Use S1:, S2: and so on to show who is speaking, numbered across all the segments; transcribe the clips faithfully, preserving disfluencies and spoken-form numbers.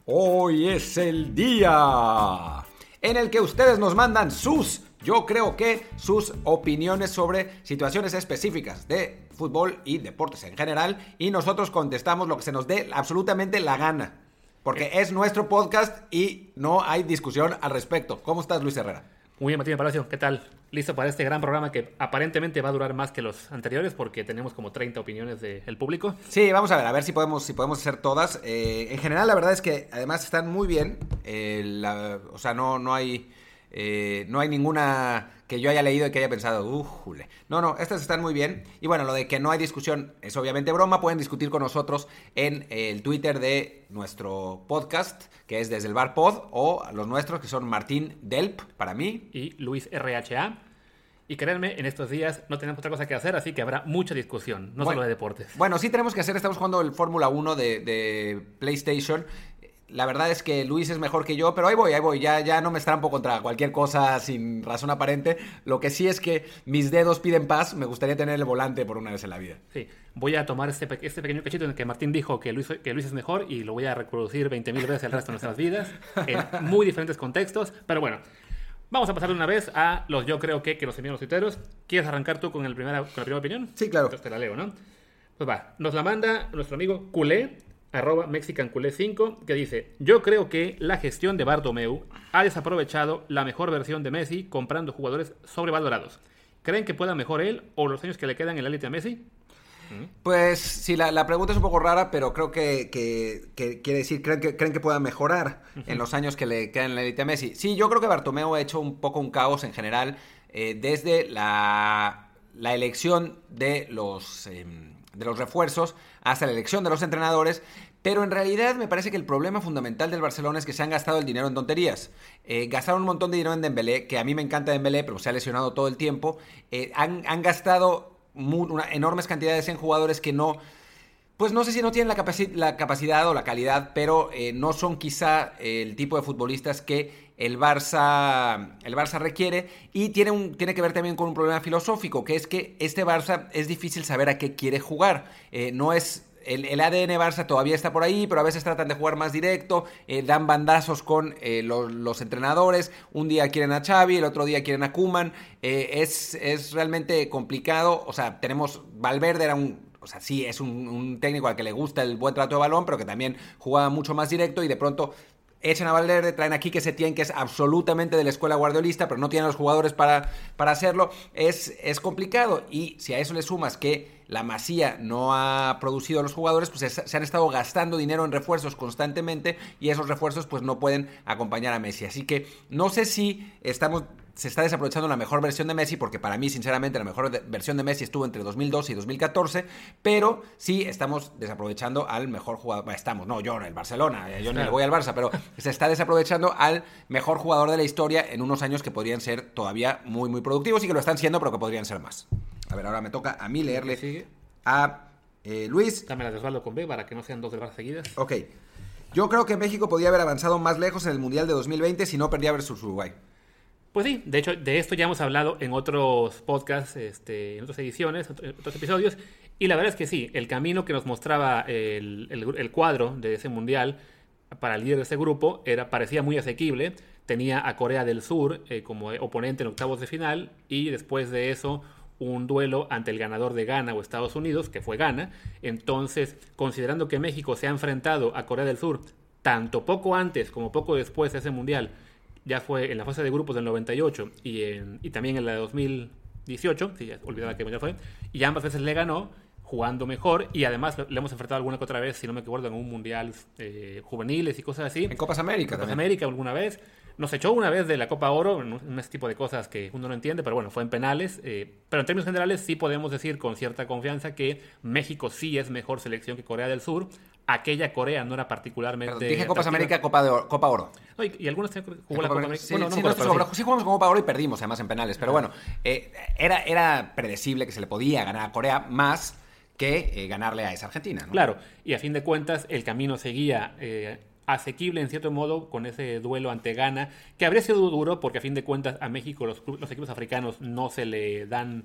S1: Hoy es el día en el que ustedes nos mandan sus, yo creo que sus opiniones sobre situaciones específicas de fútbol y deportes en general, y nosotros contestamos lo que se nos dé absolutamente la gana, porque es nuestro podcast y no hay discusión al respecto. ¿Cómo estás, Luis Herrera?
S2: Muy bien, Martín Palacio, ¿qué tal? Listo para este gran programa que aparentemente va a durar más que los anteriores porque tenemos como treinta opiniones del público.
S1: Sí, vamos a ver, a ver si podemos, si podemos hacer todas. Eh, en general, la verdad es que además están muy bien. Eh, la, o sea, no, no hay... Eh, no hay ninguna que yo haya leído y que haya pensado, ¡újule! No, no, estas están muy bien. Y bueno, lo de que no hay discusión es obviamente broma. Pueden discutir con nosotros en el Twitter de nuestro podcast, que es Desde el Bar Pod, o los nuestros, que son Martín Delp, para mí.
S2: Y Luis R H A. Y créanme, en estos días no tenemos otra cosa que hacer, así que habrá mucha discusión, no
S1: bueno,
S2: solo de deportes.
S1: Bueno, sí tenemos que hacer, estamos jugando el Fórmula uno de, de PlayStation. La verdad es que Luis es mejor que yo, pero ahí voy, ahí voy, ya, ya no me estrampo contra cualquier cosa sin razón aparente. Lo que sí es que mis dedos piden paz, me gustaría tener el volante por una vez en la vida.
S2: Sí, voy a tomar este, este pequeño cachito en el que Martín dijo que Luis, que Luis es mejor y lo voy a reproducir veinte mil veces el resto de nuestras vidas, en muy diferentes contextos, pero bueno. Vamos a pasar de una vez a los yo creo que que nos envían los tuiteros. ¿Quieres arrancar tú con, el primera, con la primera opinión?
S1: Sí, claro.
S2: Entonces te la leo, ¿no? Pues va, nos la manda nuestro amigo Culé, arroba mexicanculé cinco, que dice: yo creo que la gestión de Bartomeu ha desaprovechado la mejor versión de Messi comprando jugadores sobrevalorados. ¿Creen que pueda mejor él o los años que le quedan en la élite a Messi?
S1: Pues sí, la, la pregunta es un poco rara, pero creo que, que, que quiere decir, ¿creen que, creen que pueda mejorar uh-huh. en los años que le quedan en la élite a Messi? Sí, yo creo que Bartomeu ha hecho un poco un caos en general, eh, desde la, la elección de los, eh, de los refuerzos hasta la elección de los entrenadores. Pero en realidad me parece que el problema fundamental del Barcelona es que se han gastado el dinero en tonterías. Eh, gastaron un montón de dinero en Dembélé, que a mí me encanta Dembélé, pero se ha lesionado todo el tiempo. Eh, han, han gastado muy, una, enormes cantidades en jugadores que no... Pues no sé si no tienen la, capaci- la capacidad o la calidad, pero eh, no son quizá el tipo de futbolistas que el Barça, el Barça requiere. Y tiene, un, tiene que ver también con un problema filosófico, que es que este Barça es difícil saber a qué quiere jugar. Eh, no es... El, el A D N Barça todavía está por ahí, pero a veces tratan de jugar más directo, eh, dan bandazos con eh, los, los entrenadores. Un día quieren a Xavi, el otro día quieren a Koeman. Eh, es, es realmente complicado. O sea, tenemos... Valverde era un... O sea, sí, es un, un técnico al que le gusta el buen trato de balón, pero que también jugaba mucho más directo y de pronto... Echan a Valverde, traen aquí que Setién, que es absolutamente de la escuela guardiolista, pero no tienen los jugadores para, para hacerlo. Es, es complicado. Y si a eso le sumas que la Masía no ha producido a los jugadores, pues es, se han estado gastando dinero en refuerzos constantemente y esos refuerzos pues no pueden acompañar a Messi. Así que no sé si estamos... se está desaprovechando la mejor versión de Messi, porque para mí, sinceramente, la mejor de- versión de Messi estuvo entre dos mil doce y dos mil catorce, pero sí estamos desaprovechando al mejor jugador. Bueno, estamos, no, yo, el Barcelona, yo ni le voy al Barça, pero se está desaprovechando al mejor jugador de la historia en unos años que podrían ser todavía muy, muy productivos y que lo están siendo, pero que podrían ser más. A ver, ahora me toca a mí leerle
S2: ¿Sigue?
S1: a eh, Luis.
S2: Dame la de Osvaldo con B para que no sean dos del Barça seguidas.
S1: Ok. Yo creo que México podía haber avanzado más lejos en el Mundial de dos mil veinte si no perdía versus Uruguay.
S2: Pues sí, de hecho, de esto ya hemos hablado en otros podcasts, este, en otras ediciones, en otros episodios, y la verdad es que sí, el camino que nos mostraba el, el, el cuadro de ese mundial para el líder de ese grupo era, parecía muy asequible. Tenía a Corea del Sur eh, como oponente en octavos de final, y después de eso un duelo ante el ganador de Ghana o Estados Unidos, que fue Ghana. Entonces, considerando que México se ha enfrentado a Corea del Sur tanto poco antes como poco después de ese mundial, ya fue en la fase de grupos del noventa y ocho y, en, y también en la de dos mil dieciocho, sí, ya olvidaba que ya fue, y ambas veces le ganó jugando mejor, y además le hemos enfrentado alguna que otra vez, si no me acuerdo, en un mundial eh, juveniles y cosas así.
S1: En Copas América
S2: En Copas
S1: también.
S2: América alguna vez. Nos echó una vez de la Copa Oro, en un ese tipo de cosas que uno no entiende, pero bueno, fue en penales. Eh, pero en términos generales sí podemos decir con cierta confianza que México sí es mejor selección que Corea del Sur. Aquella Corea no era particularmente...
S1: Perdón, dije Copas
S2: atractiva.
S1: América, Copa, de Oro, Copa Oro.
S2: No, y, y algunos jugó la Copa América.
S1: Sí,
S2: Bueno, no
S1: sí,
S2: me
S1: no
S2: acuerdo,
S1: estoy
S2: pero
S1: seguro. Sí jugamos con Copa Oro y perdimos además en penales. Pero bueno, eh, era, era predecible que se le podía ganar a Corea más que eh, ganarle a esa Argentina, ¿no?
S2: Claro, y a fin de cuentas el camino seguía eh, asequible en cierto modo con ese duelo ante Ghana, que habría sido duro porque a fin de cuentas a México los, los equipos africanos no se le dan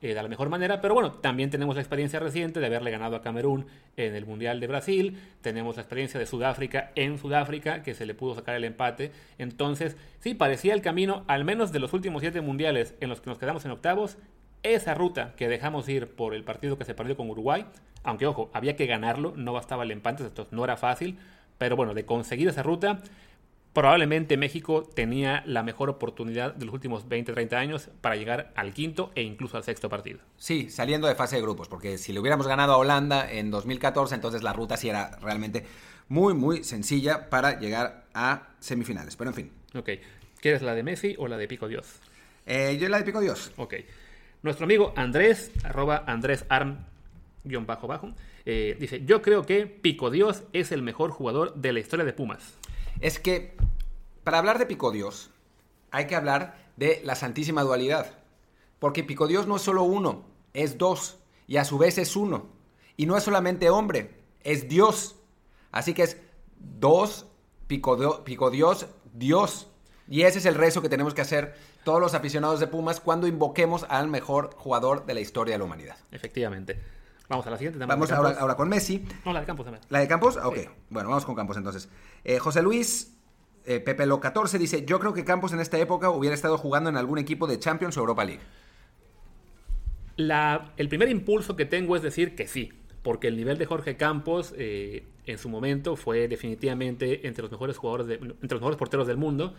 S2: eh, de la mejor manera, pero bueno, también tenemos la experiencia reciente de haberle ganado a Camerún en el Mundial de Brasil, tenemos la experiencia de Sudáfrica en Sudáfrica, que se le pudo sacar el empate, entonces sí, parecía el camino, al menos de los últimos siete mundiales en los que nos quedamos en octavos, esa ruta que dejamos ir por el partido que se perdió con Uruguay, aunque ojo, había que ganarlo, no bastaba el empate, entonces no era fácil, pero bueno, de conseguir esa ruta, probablemente México tenía la mejor oportunidad de los últimos veinte, treinta años para llegar al quinto e incluso al sexto partido.
S1: Sí, saliendo de fase de grupos, porque si le hubiéramos ganado a Holanda en dos mil catorce, entonces la ruta sí era realmente muy, muy sencilla para llegar a semifinales. Pero en fin.
S2: Ok. ¿Quieres la de Messi o la de Pico Dios?
S1: Eh, yo la de Pico Dios.
S2: Ok. Nuestro amigo Andrés, arroba Andrés Arm, guión bajo bajo, eh, dice, yo creo que Pico Dios es el mejor jugador de la historia de Pumas.
S1: Es que para hablar de Pico Dios hay que hablar de la santísima dualidad. Porque Pico Dios no es solo uno, es dos. Y a su vez es uno. Y no es solamente hombre, es Dios. Así que es dos, Pico, Dio- Pico Dios, Dios. Y ese es el rezo que tenemos que hacer todos los aficionados de Pumas cuando invoquemos al mejor jugador de la historia de la humanidad.
S2: Efectivamente. Vamos a la siguiente.
S1: Vamos ahora, ahora con Messi.
S2: No, la de Campos también.
S1: ¿La de Campos? Ok.
S2: Sí.
S1: Bueno, vamos con Campos entonces. Eh, José Luis eh, Pepe Lo catorce dice, yo creo que Campos en esta época hubiera estado jugando en algún equipo de Champions o Europa League.
S2: La, el primer impulso que tengo es decir que sí, porque el nivel de Jorge Campos eh, en su momento fue definitivamente entre los mejores jugadores, de, entre los mejores porteros del mundo.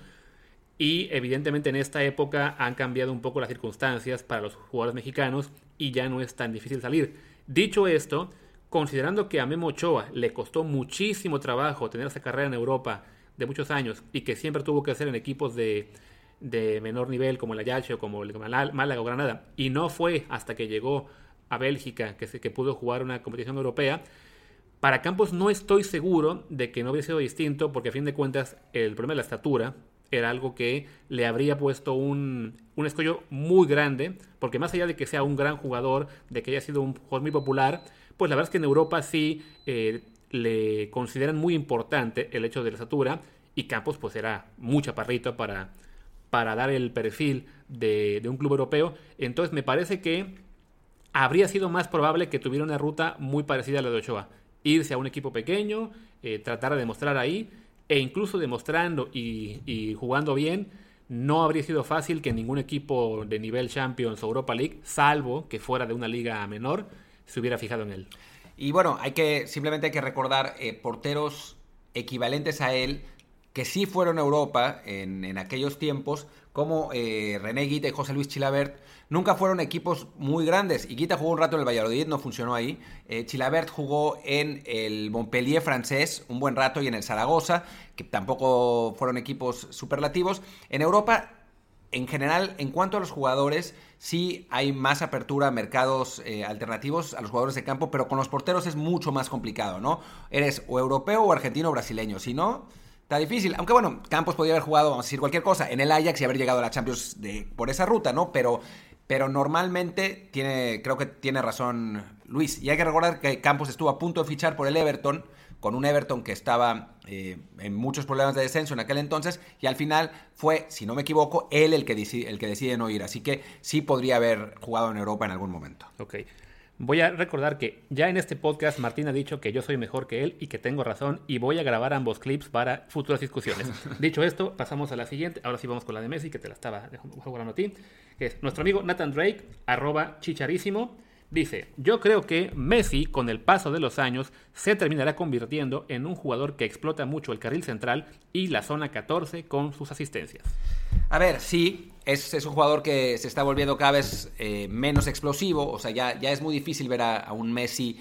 S2: Y evidentemente en esta época han cambiado un poco las circunstancias para los jugadores mexicanos y ya no es tan difícil salir. Dicho esto, considerando que a Memo Ochoa le costó muchísimo trabajo tener esa carrera en Europa de muchos años y que siempre tuvo que hacer en equipos de, de menor nivel como el Ajax o como el Málaga o Granada, y no fue hasta que llegó a Bélgica que, se, que pudo jugar una competición europea, para Campos no estoy seguro de que no hubiera sido distinto, porque a fin de cuentas el problema de la estatura era algo que le habría puesto un, un escollo muy grande, porque más allá de que sea un gran jugador, de que haya sido un jugador muy popular, pues la verdad es que en Europa sí eh, le consideran muy importante el hecho de la estatura, y Campos pues era muy chaparrito para, para dar el perfil de, de un club europeo. Entonces me parece que habría sido más probable que tuviera una ruta muy parecida a la de Ochoa, irse a un equipo pequeño, eh, tratar de demostrar ahí, e incluso demostrando y, y jugando bien, no habría sido fácil que ningún equipo de nivel Champions o Europa League, salvo que fuera de una liga menor, se hubiera fijado en él.
S1: Y bueno, hay que simplemente hay que recordar eh, porteros equivalentes a él que sí fueron a Europa en, en aquellos tiempos, como eh, René Guita y José Luis Chilavert. Nunca fueron equipos muy grandes. Y Guita jugó un rato en el Valladolid, no funcionó ahí. Eh, Chilavert jugó en el Montpellier francés un buen rato y en el Zaragoza, que tampoco fueron equipos superlativos. En Europa, en general, en cuanto a los jugadores, sí hay más apertura a mercados eh, alternativos a los jugadores de campo, pero con los porteros es mucho más complicado, ¿no? Eres o europeo o argentino o brasileño, si no, está difícil. Aunque bueno, Campos podría haber jugado, vamos a decir cualquier cosa, en el Ajax y haber llegado a la Champions de, por esa ruta, ¿no? Pero, pero normalmente tiene, creo que tiene razón Luis. Y hay que recordar que Campos estuvo a punto de fichar por el Everton, con un Everton que estaba eh, en muchos problemas de descenso en aquel entonces, y al final fue, si no me equivoco, él el que, decide, el que decide no ir. Así que sí podría haber jugado en Europa en algún momento.
S2: Ok. Voy a recordar que ya en este podcast Martín ha dicho que yo soy mejor que él y que tengo razón, y voy a grabar ambos clips para futuras discusiones. Dicho esto, pasamos a la siguiente. Ahora sí vamos con la de Messi, que te la estaba jugando a ti. Que es nuestro amigo Nathan Drake, arroba chicharísimo. Dice, yo creo que Messi, con el paso de los años, se terminará convirtiendo en un jugador que explota mucho el carril central y la zona catorce con sus asistencias.
S1: A ver, sí, es, es un jugador que se está volviendo cada vez eh, menos explosivo. O sea, ya, ya es muy difícil ver a, a un Messi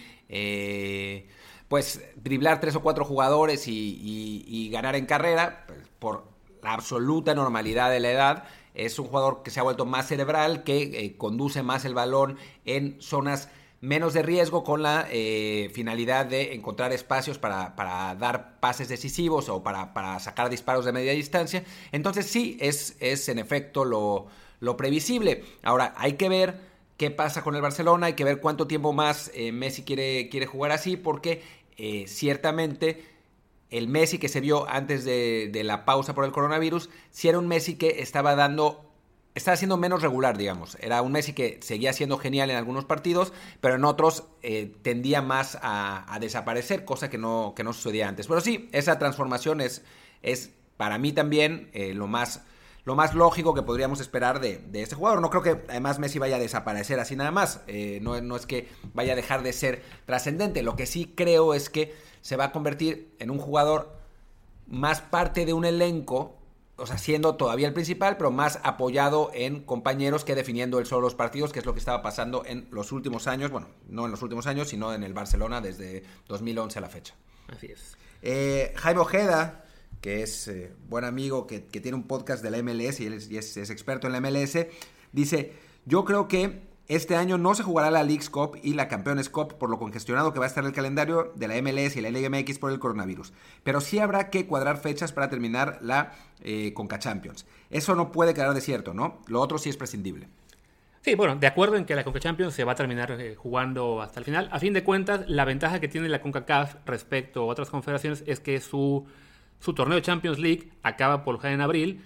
S1: eh, pues driblar tres o cuatro jugadores y, y, y ganar en carrera, pues, por la absoluta normalidad de la edad. Es un jugador que se ha vuelto más cerebral, que eh, conduce más el balón en zonas menos de riesgo, con la eh, finalidad de encontrar espacios para, para dar pases decisivos o para, para sacar disparos de media distancia. Entonces sí, es, es en efecto lo, lo previsible. Ahora, hay que ver qué pasa con el Barcelona, hay que ver cuánto tiempo más eh, Messi quiere, quiere jugar así, porque eh, ciertamente el Messi que se vio antes de, de la pausa por el coronavirus, sí era un Messi que estaba dando estaba siendo menos regular, digamos. Era un Messi que seguía siendo genial en algunos partidos, pero en otros eh, tendía más a, a desaparecer, cosa que no, que no sucedía antes. Pero sí, esa transformación es, es para mí también eh, lo más... lo más lógico que podríamos esperar de, de este jugador. No creo que además Messi vaya a desaparecer así nada más. Eh, no, no es que vaya a dejar de ser trascendente. Lo que sí creo es que se va a convertir en un jugador más parte de un elenco, o sea, siendo todavía el principal, pero más apoyado en compañeros que definiendo él solo los partidos, que es lo que estaba pasando en los últimos años. Bueno, no en los últimos años, sino en el Barcelona desde dos mil once a la fecha.
S2: Así es.
S1: Eh, Jaime Ojeda, que es eh, buen amigo, que, que tiene un podcast de la M L S y él es, y es, es experto en la M L S, dice, yo creo que este año no se jugará la Leagues Cup y la Campeones Cup por lo congestionado que va a estar el calendario de la M L S y la Liga M X por el coronavirus. Pero sí habrá que cuadrar fechas para terminar la eh, Conca Champions. Eso no puede quedar desierto, ¿no? Lo otro sí es prescindible.
S2: Sí, bueno, de acuerdo en que la Conca Champions se va a terminar eh, jugando hasta el final. A fin de cuentas, la ventaja que tiene la CONCACAF respecto a otras confederaciones es que su... Su torneo de Champions League acaba por jugar en abril,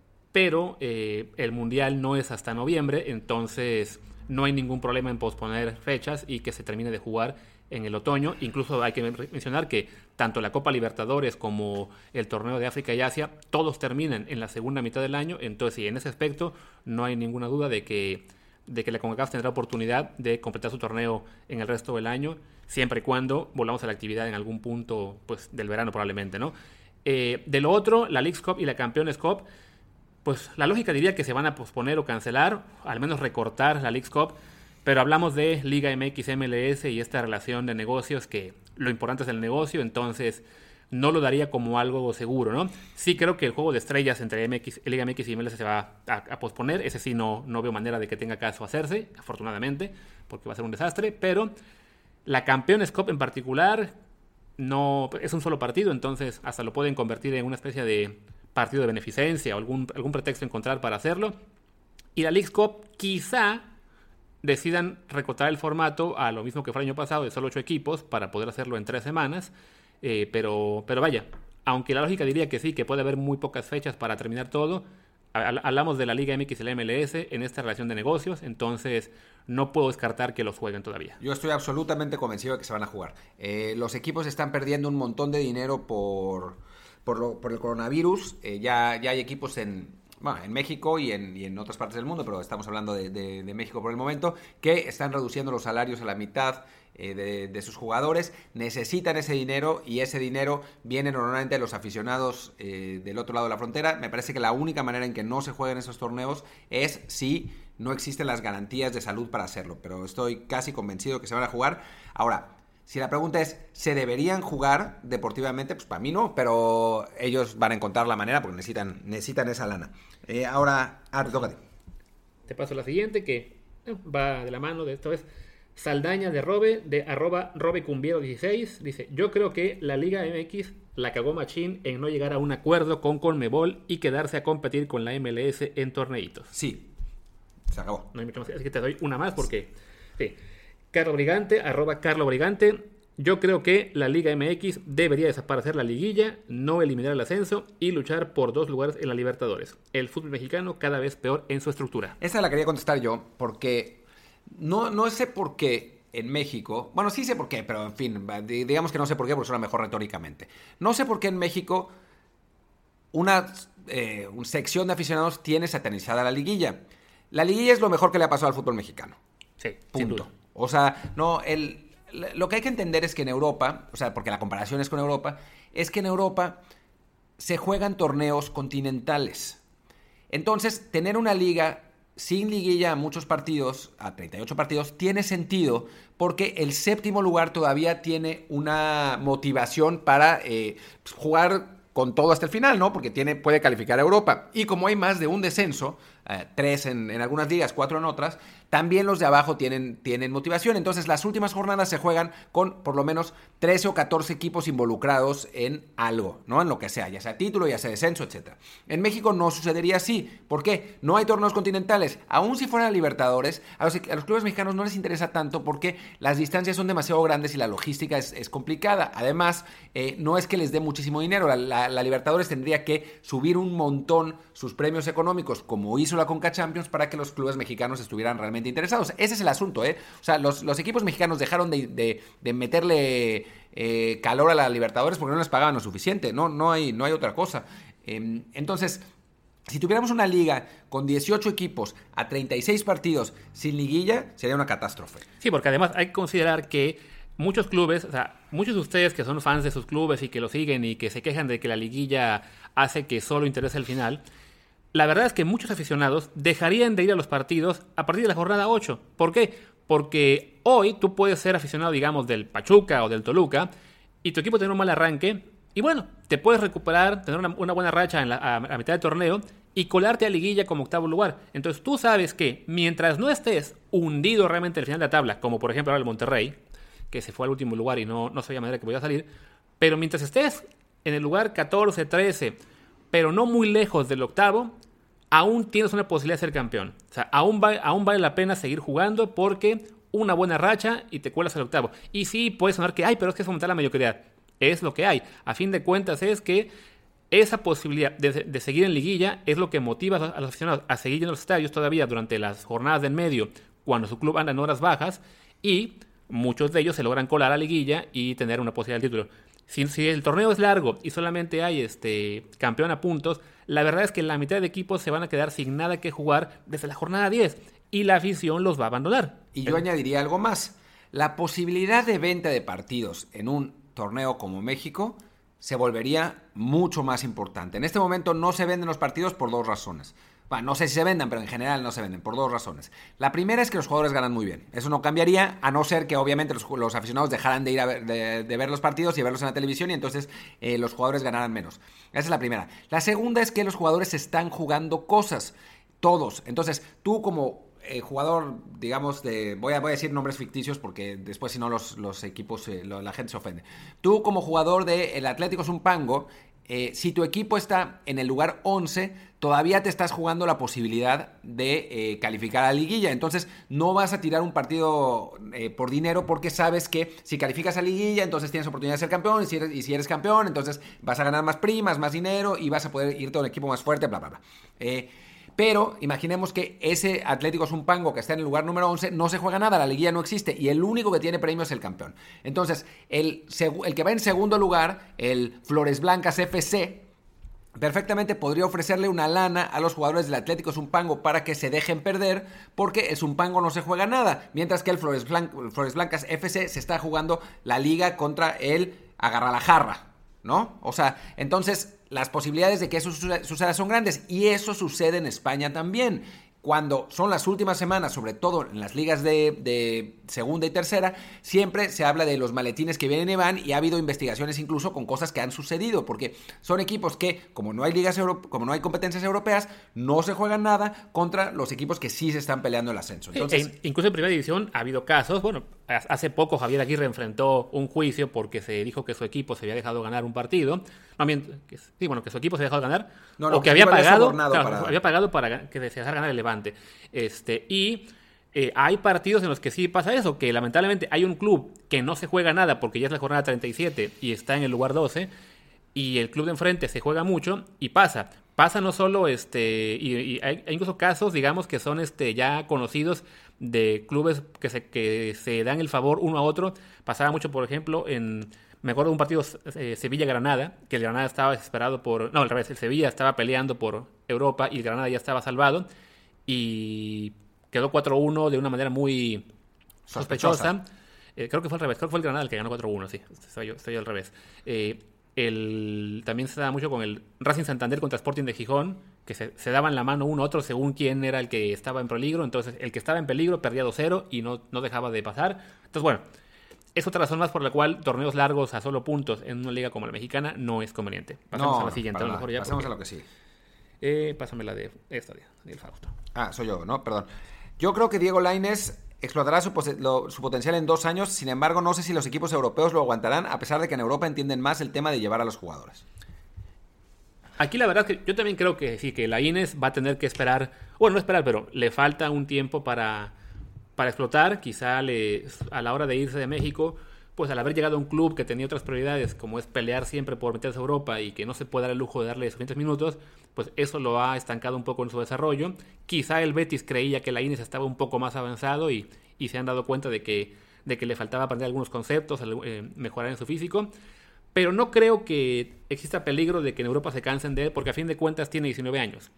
S2: pero eh, el Mundial no es hasta noviembre, entonces no hay ningún problema en posponer fechas y que se termine de jugar en el otoño. Incluso hay que mencionar que tanto la Copa Libertadores como el torneo de África y Asia, todos terminan en la segunda mitad del año, entonces sí, en ese aspecto no hay ninguna duda de que, de que la CONCACAF tendrá oportunidad de completar su torneo en el resto del año, siempre y cuando volvamos a la actividad en algún punto pues, del verano probablemente, ¿no? Eh, de lo otro, la Leagues Cup y la Campeones Cup, pues la lógica diría que se van a posponer o cancelar, al menos recortar la Leagues Cup, pero hablamos de Liga M X, M L S y esta relación de negocios que lo importante es el negocio, entonces no lo daría como algo seguro, ¿no? Sí creo que el juego de estrellas entre M X, Liga M X y M L S se va a, a posponer, ese sí no, no veo manera de que tenga caso hacerse, afortunadamente, porque va a ser un desastre, pero la Campeones Cup en particular... No, es un solo partido, entonces hasta lo pueden convertir en una especie de partido de beneficencia o algún, algún pretexto encontrar para hacerlo. Y la Leagues Cup quizá decidan recortar el formato a lo mismo que fue el año pasado, de solo ocho equipos, para poder hacerlo en tres semanas. Eh, pero, pero vaya, aunque la lógica diría que sí, que puede haber muy pocas fechas para terminar todo, hablamos de la Liga M X y la M L S en esta relación de negocios, entonces no puedo descartar que los jueguen todavía.
S1: Yo estoy absolutamente convencido de que se van a jugar. Eh, los equipos están perdiendo un montón de dinero por, por, lo, por el coronavirus. Eh, ya, ya hay equipos en, bueno, en México y en, y en otras partes del mundo, pero estamos hablando de, de, de México por el momento, que están reduciendo los salarios a la mitad eh, de, de sus jugadores. Necesitan ese dinero y ese dinero viene normalmente de los aficionados eh, del otro lado de la frontera. Me parece que la única manera en que no se jueguen esos torneos es si no existen las garantías de salud para hacerlo, pero estoy casi convencido que se van a jugar. Ahora, si la pregunta es, ¿se deberían jugar deportivamente? Pues para mí no, pero ellos van a encontrar la manera porque necesitan, necesitan esa lana. Eh, ahora, ah, te toca a ti.
S2: Te paso la siguiente que eh, va de la mano de esto es Saldaña de Robe, de arroba robecumbiero dieciséis, dice, yo creo que la Liga M X la cagó machín en no llegar a un acuerdo con Conmebol y quedarse a competir con la M L S en torneitos.
S1: Sí. Se acabó.
S2: No hay mucho más, así que te doy una más porque... Sí. Carlo Brigante, arroba Carlo Brigante. Yo creo que la Liga M X debería desaparecer la liguilla, no eliminar el ascenso y luchar por dos lugares en la Libertadores. El fútbol mexicano cada vez peor en su estructura.
S1: Esa la quería contestar yo porque no, no sé por qué en México... Bueno, sí sé por qué, pero en fin, digamos que no sé por qué porque suena mejor retóricamente. No sé por qué en México una, eh, una sección de aficionados tiene satanizada la liguilla. La liguilla es lo mejor que le ha pasado al fútbol mexicano.
S2: Sí,
S1: punto.
S2: sin duda.
S1: O sea, no, el, lo que hay que entender es que en Europa, o sea, porque la comparación es con Europa, es que en Europa se juegan torneos continentales. Entonces, tener una liga sin liguilla a muchos partidos, a treinta y ocho partidos, tiene sentido porque el séptimo lugar todavía tiene una motivación para eh, jugar con todo hasta el final, ¿no? Porque tiene, puede calificar a Europa. Y como hay más de un descenso, eh, tres en, en algunas ligas, cuatro en otras, también los de abajo tienen, tienen motivación. Entonces las últimas jornadas se juegan con por lo menos trece o catorce equipos involucrados en algo, ¿no? En lo que sea, ya sea título, ya sea descenso, etcétera. En México no sucedería así. ¿Por qué? No hay torneos continentales. Aún si fueran Libertadores, a los, a los clubes mexicanos no les interesa tanto porque las distancias son demasiado grandes y la logística es, es complicada. Además, eh, no es que les dé muchísimo dinero. La, la, la Libertadores tendría que subir un montón sus premios económicos, como hizo la la Conca Champions para que los clubes mexicanos estuvieran realmente interesados. Ese es el asunto, ¿eh? O sea, los, los equipos mexicanos dejaron de, de, de meterle eh, calor a la Libertadores porque no les pagaban lo suficiente. No, no, hay, no hay otra cosa. Eh, entonces, si tuviéramos una liga con dieciocho equipos a treinta y seis partidos sin liguilla, sería una catástrofe.
S2: Sí, porque además hay que considerar que muchos clubes, o sea, muchos de ustedes que son fans de sus clubes y que lo siguen y que se quejan de que la liguilla hace que solo interese el final, la verdad es que muchos aficionados dejarían de ir a los partidos a partir de la jornada ocho. ¿Por qué? Porque hoy tú puedes ser aficionado, digamos, del Pachuca o del Toluca y tu equipo tiene un mal arranque y bueno, te puedes recuperar, tener una, una buena racha en la, a, a mitad del torneo y colarte a liguilla como octavo lugar. Entonces tú sabes que mientras no estés hundido realmente en el final de la tabla, como por ejemplo ahora el Monterrey, que se fue al último lugar y no, no sabía manera que podía salir, pero mientras estés en el lugar catorce, trece, pero no muy lejos del octavo, aún tienes una posibilidad de ser campeón. O sea, aún, va, aún vale la pena seguir jugando porque una buena racha y te cuelas al octavo. Y sí, puede sonar que, ay, pero es que es fomentar la mediocridad. Es lo que hay. A fin de cuentas es que esa posibilidad de, de seguir en liguilla es lo que motiva a los aficionados a seguir yendo a los estadios todavía durante las jornadas del medio, cuando su club anda en horas bajas, y muchos de ellos se logran colar a liguilla y tener una posibilidad de título. Si, si el torneo es largo y solamente hay este campeón a puntos, la verdad es que la mitad de equipos se van a quedar sin nada que jugar desde la jornada diez y la afición los va a abandonar.
S1: Y yo añadiría algo más. La posibilidad de venta de partidos en un torneo como México se volvería mucho más importante. En este momento no se venden los partidos por dos razones. Bueno, no sé si se vendan, pero en general no se venden, por dos razones. La primera es que los jugadores ganan muy bien. Eso no cambiaría, a no ser que obviamente los, los aficionados dejaran de ir a ver, de, de ver los partidos y verlos en la televisión y entonces eh, los jugadores ganaran menos. Esa es la primera. La segunda es que los jugadores están jugando cosas, todos. Entonces, tú como eh, jugador, digamos, de voy a, voy a decir nombres ficticios porque después si no los, los equipos, eh, lo, la gente se ofende. Tú como jugador del Atlético Zumpango, Eh, si tu equipo está en el lugar once, todavía te estás jugando la posibilidad de eh, calificar a la liguilla. Entonces no vas a tirar un partido eh, por dinero porque sabes que si calificas a liguilla, entonces tienes oportunidad de ser campeón. Y si eres, y si eres campeón, entonces vas a ganar más primas, más dinero y vas a poder irte a un equipo más fuerte, bla, bla, bla. Eh, Pero imaginemos que ese Atlético Zumpango que está en el lugar número once no se juega nada, la liguilla no existe y el único que tiene premio es el campeón. Entonces, el, el que va en segundo lugar, el Flores Blancas F C, perfectamente podría ofrecerle una lana a los jugadores del Atlético Zumpango para que se dejen perder porque el Zumpango no se juega nada, mientras que el Flores, Blan- Flores Blancas F C se está jugando la liga contra el Agarra la Jarra, ¿no? O sea, entonces las posibilidades de que eso suceda son grandes y eso sucede en España también. Cuando son las últimas semanas, sobre todo en las ligas de, de segunda y tercera, siempre se habla de los maletines que vienen y van y ha habido investigaciones incluso con cosas que han sucedido, porque son equipos que, como no hay ligas euro, como no hay competencias europeas, no se juegan nada contra los equipos que sí se están peleando el ascenso. Entonces,
S2: e incluso en primera división ha habido casos, bueno, hace poco Javier Aguirre enfrentó un juicio porque se dijo que su equipo se había dejado ganar un partido, no, bien, que, sí, bueno, que su equipo se había dejado ganar,
S1: no, no,
S2: o que, que había pagado,
S1: claro,
S2: para... había pagado para que se dejara ganar el Levante. Este, y eh, hay partidos en los que sí pasa eso, que lamentablemente hay un club que no se juega nada porque ya es la jornada treinta y siete y está en el lugar doce, y el club de enfrente se juega mucho y pasa. Pasa no solo, este, y, y hay, hay incluso casos, digamos, que son este, ya conocidos de clubes que se, que se dan el favor uno a otro. Pasaba mucho, por ejemplo, en... Me acuerdo de un partido eh, Sevilla-Granada, que el Granada estaba desesperado por... No, al revés, el Sevilla estaba peleando por Europa y el Granada ya estaba salvado. Y quedó cuatro uno de una manera muy sospechosa. sospechosa. Eh, creo que fue al revés, creo que fue el Granada el que ganó cuatro uno, sí, estoy yo, estoy yo al revés. Eh, el, también se daba mucho con el Racing Santander contra Sporting de Gijón, que se, se daban la mano uno a otro según quién era el que estaba en peligro. Entonces el que estaba en peligro perdía dos cero y no, no dejaba de pasar. Entonces bueno, es otra razón más por la cual torneos largos a solo puntos en una liga como la mexicana no es conveniente. Pasemos
S1: no,
S2: a la siguiente, a lo mejor ya.
S1: Pasemos
S2: porque...
S1: a lo que sí.
S2: Eh, pásame la de esta, del Fausto.
S1: Ah, soy yo, ¿no? Perdón. Yo creo que Diego Lainez explotará su, lo, su potencial en dos años. Sin embargo, no sé si los equipos europeos lo aguantarán, a pesar de que en Europa entienden más el tema de llevar a los jugadores.
S2: Aquí la verdad es que yo también creo que sí, que Lainez va a tener que esperar, bueno, no esperar, pero le falta un tiempo para, para explotar. Quizá le, a la hora de irse de México pues al haber llegado a un club que tenía otras prioridades, como es pelear siempre por meterse a Europa y que no se puede dar el lujo de darle suficientes minutos, pues eso lo ha estancado un poco en su desarrollo. Quizá el Betis creía que la Lainez estaba un poco más avanzado y, y se han dado cuenta de que, de que le faltaba aprender algunos conceptos, eh, mejorar en su físico. Pero no creo que exista peligro de que en Europa se cansen de él, porque a fin de cuentas tiene diecinueve años.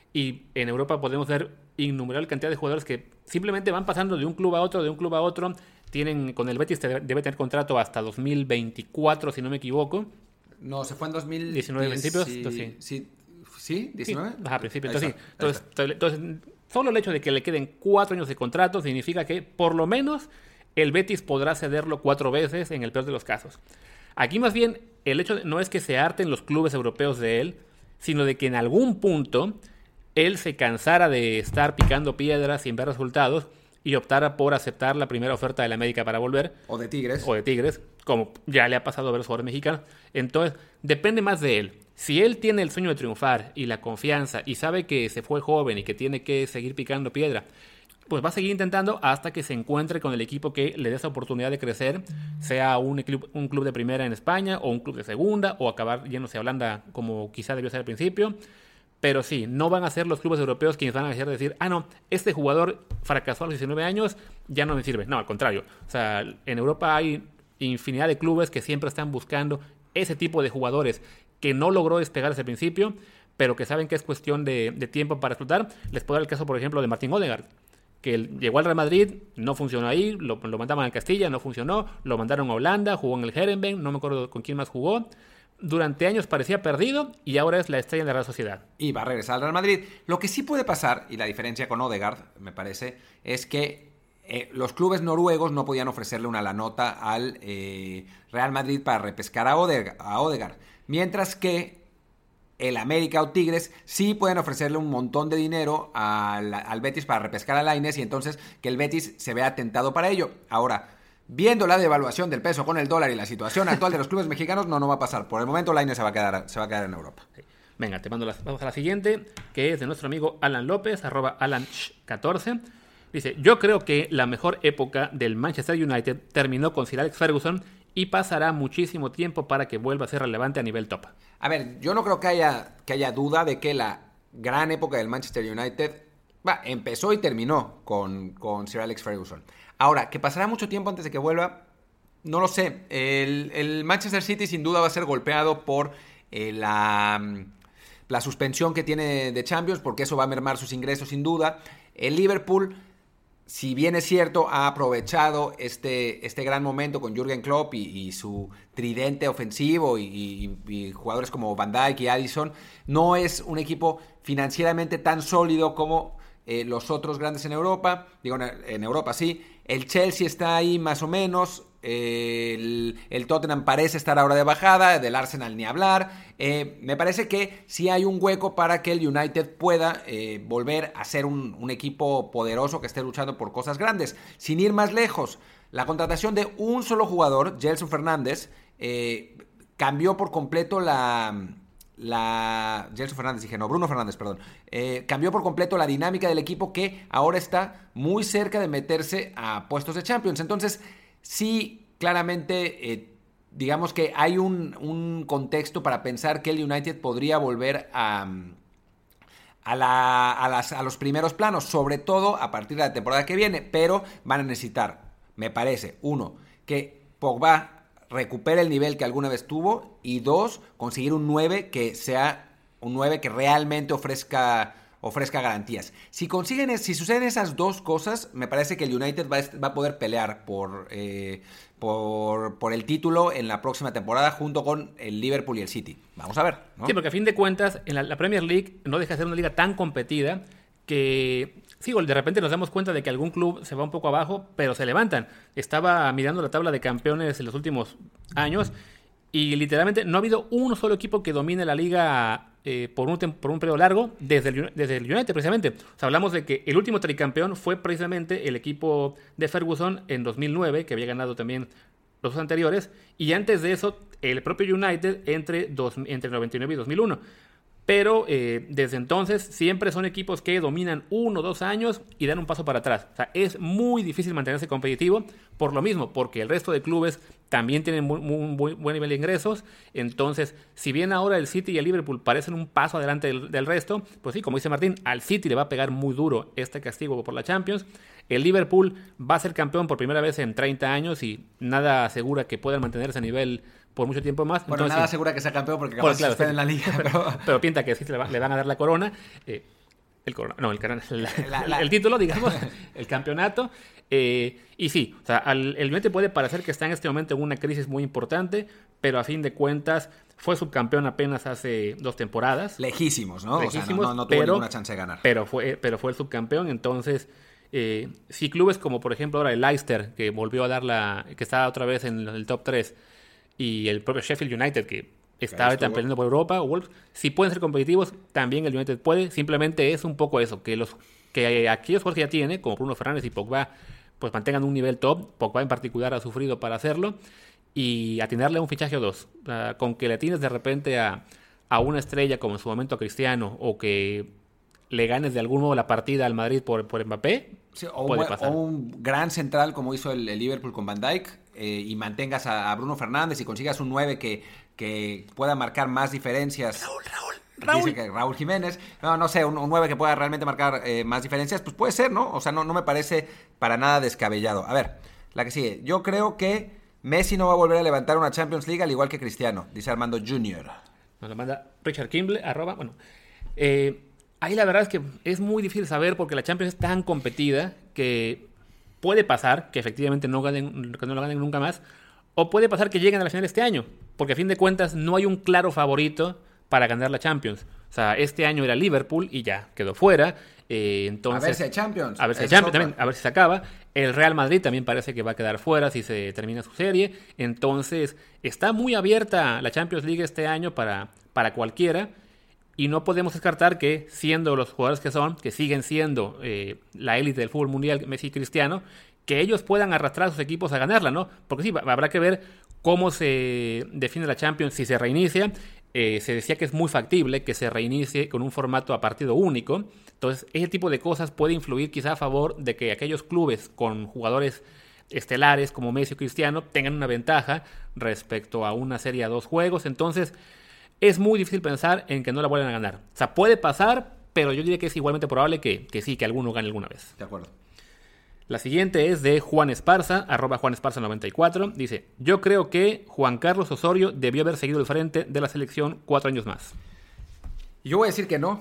S2: Y en Europa podemos ver innumerable cantidad de jugadores que simplemente van pasando de un club a otro, de un club a otro. Tienen, con el Betis debe tener contrato hasta dos mil veinticuatro, si no me equivoco.
S1: No, se fue en dos mil
S2: diecinueve principios.
S1: Sí,
S2: entonces,
S1: sí. ¿Sí? ¿diecinueve?
S2: Sí, a principios. Entonces,
S1: está,
S2: sí. entonces, entonces, solo el hecho de que le queden cuatro años de contrato significa que, por lo menos, el Betis podrá cederlo cuatro veces en el peor de los casos. Aquí, más bien, el hecho de, no es que se harten los clubes europeos de él, sino de que en algún punto él se cansara de estar picando piedras sin ver resultados y optara por aceptar la primera oferta de la América para volver.
S1: O de Tigres.
S2: O de Tigres, como ya le ha pasado a ver los jugadores mexicanos. Entonces, depende más de él. Si él tiene el sueño de triunfar y la confianza y sabe que se fue joven y que tiene que seguir picando piedra, pues va a seguir intentando hasta que se encuentre con el equipo que le dé esa oportunidad de crecer, sea un club, un club de primera en España o un club de segunda, o acabar yéndose a Holanda como quizá debió ser al principio. Pero sí, no van a ser los clubes europeos quienes van a dejar de decir, ah, no, este jugador fracasó a los diecinueve años, ya no me sirve. No, al contrario. O sea, en Europa hay infinidad de clubes que siempre están buscando ese tipo de jugadores que no logró despegar desde el principio, pero que saben que es cuestión de, de tiempo para explotar. Les puedo dar el caso, por ejemplo, de Martín Odegaard, que él llegó al Real Madrid, no funcionó ahí, lo, lo mandaban al Castilla, no funcionó, lo mandaron a Holanda, jugó en el Heerenveen, no me acuerdo con quién más jugó. Durante años parecía perdido y ahora es la estrella de la Real Sociedad.
S1: Y va a regresar al Real Madrid. Lo que sí puede pasar, y la diferencia con Odegaard, me parece, es que eh, los clubes noruegos no podían ofrecerle una la nota al eh, Real Madrid para repescar a Odegaard, a Odegaard. Mientras que el América o Tigres sí pueden ofrecerle un montón de dinero al, al Betis para repescar a Lainez y entonces que el Betis se vea tentado para ello. Ahora, viendo la devaluación del peso con el dólar y la situación actual de los clubes mexicanos, no, no va a pasar. Por el momento, Lainez se va a quedar, se va a quedar en Europa.
S2: Okay. Venga, te mando las, vamos a la siguiente, que es de nuestro amigo Alan López, arroba Alan catorce. Dice, yo creo que la mejor época del Manchester United terminó con Sir Alex Ferguson y pasará muchísimo tiempo para que vuelva a ser relevante a nivel top.
S1: A ver, yo no creo que haya, que haya duda de que la gran época del Manchester United bah, empezó y terminó con, con Sir Alex Ferguson. Ahora, que pasará mucho tiempo antes de que vuelva, no lo sé. El, el Manchester City sin duda va a ser golpeado por eh, la, la suspensión que tiene de Champions, porque eso va a mermar sus ingresos sin duda. El Liverpool, si bien es cierto, ha aprovechado este, este gran momento con Jürgen Klopp y, y su tridente ofensivo y, y, y jugadores como Van Dijk y Alisson, no es un equipo financieramente tan sólido como eh, los otros grandes en Europa. Digo, en Europa sí. El Chelsea está ahí más o menos. Eh, el, el Tottenham parece estar ahora de bajada. Del Arsenal ni hablar. Eh, me parece que sí hay un hueco para que el United pueda eh, volver a ser un, un equipo poderoso que esté luchando por cosas grandes. Sin ir más lejos, la contratación de un solo jugador, Gelson Fernández, eh, cambió por completo la... La Gelson Fernández, dije, no, Bruno Fernández, perdón. Eh, cambió por completo la dinámica del equipo que ahora está muy cerca de meterse a puestos de Champions. Entonces, sí, claramente, eh, digamos que hay un, un contexto para pensar que el United podría volver a, a, la, a, las, a los primeros planos, sobre todo a partir de la temporada que viene, pero van a necesitar, me parece, uno, que Pogba recupere el nivel que alguna vez tuvo y dos, conseguir un nueve que sea un nueve que realmente ofrezca, ofrezca garantías. Si consiguen, si suceden esas dos cosas, me parece que el United va a, va a poder pelear por, eh, por, por el título en la próxima temporada junto con el Liverpool y el City. Vamos a ver, ¿no?
S2: Sí, porque a fin de cuentas, en la, la Premier League no deja de ser una liga tan competida que, sí, de repente nos damos cuenta de que algún club se va un poco abajo, pero se levantan. Estaba mirando la tabla de campeones en los últimos años y literalmente no ha habido un solo equipo que domine la liga eh, por, un, por un periodo largo desde el, desde el United, precisamente. O sea, hablamos de que el último tricampeón fue precisamente el equipo de Ferguson en dos mil nueve, que había ganado también los dos anteriores, y antes de eso, el propio United entre, dos, entre noventa y nueve y dos mil uno. pero eh, desde entonces siempre son equipos que dominan uno o dos años y dan un paso para atrás. O sea, es muy difícil mantenerse competitivo por lo mismo, porque el resto de clubes también tienen muy, muy, un buen, buen nivel de ingresos. Entonces, si bien ahora el City y el Liverpool parecen un paso adelante del, del resto, pues sí, como dice Martín, al City le va a pegar muy duro este castigo por la Champions. El Liverpool va a ser campeón por primera vez en treinta años y nada asegura que puedan mantenerse a nivel por mucho tiempo más.
S1: Bueno,
S2: Entonces,
S1: nada
S2: sí,
S1: asegura que sea campeón porque capaz
S2: pues, claro,
S1: se
S2: sí,
S1: en la liga.
S2: pero,
S1: Pero,
S2: pero pinta que sí le, va, le van a dar la corona. Eh, el corona, no, el, la,
S1: La- la-
S2: el título, digamos, el campeonato. Eh, y sí, o sea, al- el United puede parecer que está en este momento en una crisis muy importante, pero a fin de cuentas fue subcampeón apenas hace dos temporadas.
S1: lejísimos, ¿no?
S2: Lejísimos,
S1: o sea, no, no, no tuvo
S2: pero-
S1: ninguna chance de ganar.
S2: Pero fue, pero fue el subcampeón, entonces eh, si clubes como por ejemplo ahora el Leicester, que volvió a dar la, que está otra vez en el top tres, y el propio Sheffield United, que está
S1: Ahí
S2: ahorita
S1: estuvo.
S2: peleando por Europa, o Wolves, si pueden ser competitivos, también el United puede. Simplemente es un poco eso, que los que aquellos jugadores que ya tiene, como Bruno Fernández y Pogba, pues mantengan un nivel top. Pogba en particular ha sufrido para hacerlo, y atinarle a un fichaje o dos. Uh, con que le atines de repente a, a una estrella como en su momento a Cristiano, o que le ganes de algún modo la partida al Madrid por, por Mbappé,
S1: Sí, o,
S2: puede
S1: un,
S2: pasar.
S1: o un gran central como hizo el, el Liverpool con Van Dijk, eh, y mantengas a, a Bruno Fernández y consigas un nueve que, que pueda marcar más diferencias. Raúl, Raúl, Raúl. Dice que Raúl Jiménez. No, no sé, un, un nueve que pueda realmente marcar eh, más diferencias, pues puede ser, ¿no? O sea, no, no me parece para nada descabellado. A ver, la que sigue. Yo creo que Messi no va a volver a levantar una Champions League al igual que Cristiano, dice Armando junior
S2: Nos lo manda Richard Kimble, arroba, bueno. Eh, ahí la verdad es que es muy difícil saber, porque la Champions es tan competida que puede pasar que efectivamente no ganen, que no lo ganen nunca más, o puede pasar que lleguen a la final este año, porque a fin de cuentas no hay un claro favorito para ganar la Champions. O sea, este año era Liverpool y ya quedó fuera. Eh, entonces,
S1: a ver si hay Champions.
S2: A ver si hay
S1: Esa es
S2: Champions
S1: otra.
S2: también, a ver si se acaba. El Real Madrid también parece que va a quedar fuera si se termina su serie. Entonces, está muy abierta la Champions League este año para, para cualquiera. Y no podemos descartar que, siendo los jugadores que son, que siguen siendo eh, la élite del fútbol mundial, Messi y Cristiano, que ellos puedan arrastrar a sus equipos a ganarla, ¿no? Porque sí, habrá que ver cómo se define la Champions si se reinicia. Eh, se decía que es muy factible que se reinicie con un formato a partido único. Entonces, ese tipo de cosas puede influir quizá a favor de que aquellos clubes con jugadores estelares como Messi o Cristiano tengan una ventaja respecto a una serie a dos juegos. Entonces, es muy difícil pensar en que no la vuelvan a ganar. O sea, puede pasar, pero yo diría que es igualmente probable que, que sí, que alguno gane alguna vez.
S1: De acuerdo.
S2: La siguiente es de Juan Esparza, arroba Juan Esparza noventa y cuatro. Dice, yo creo que Juan Carlos Osorio debió haber seguido al frente de la selección cuatro años más.
S1: Yo voy a decir que no.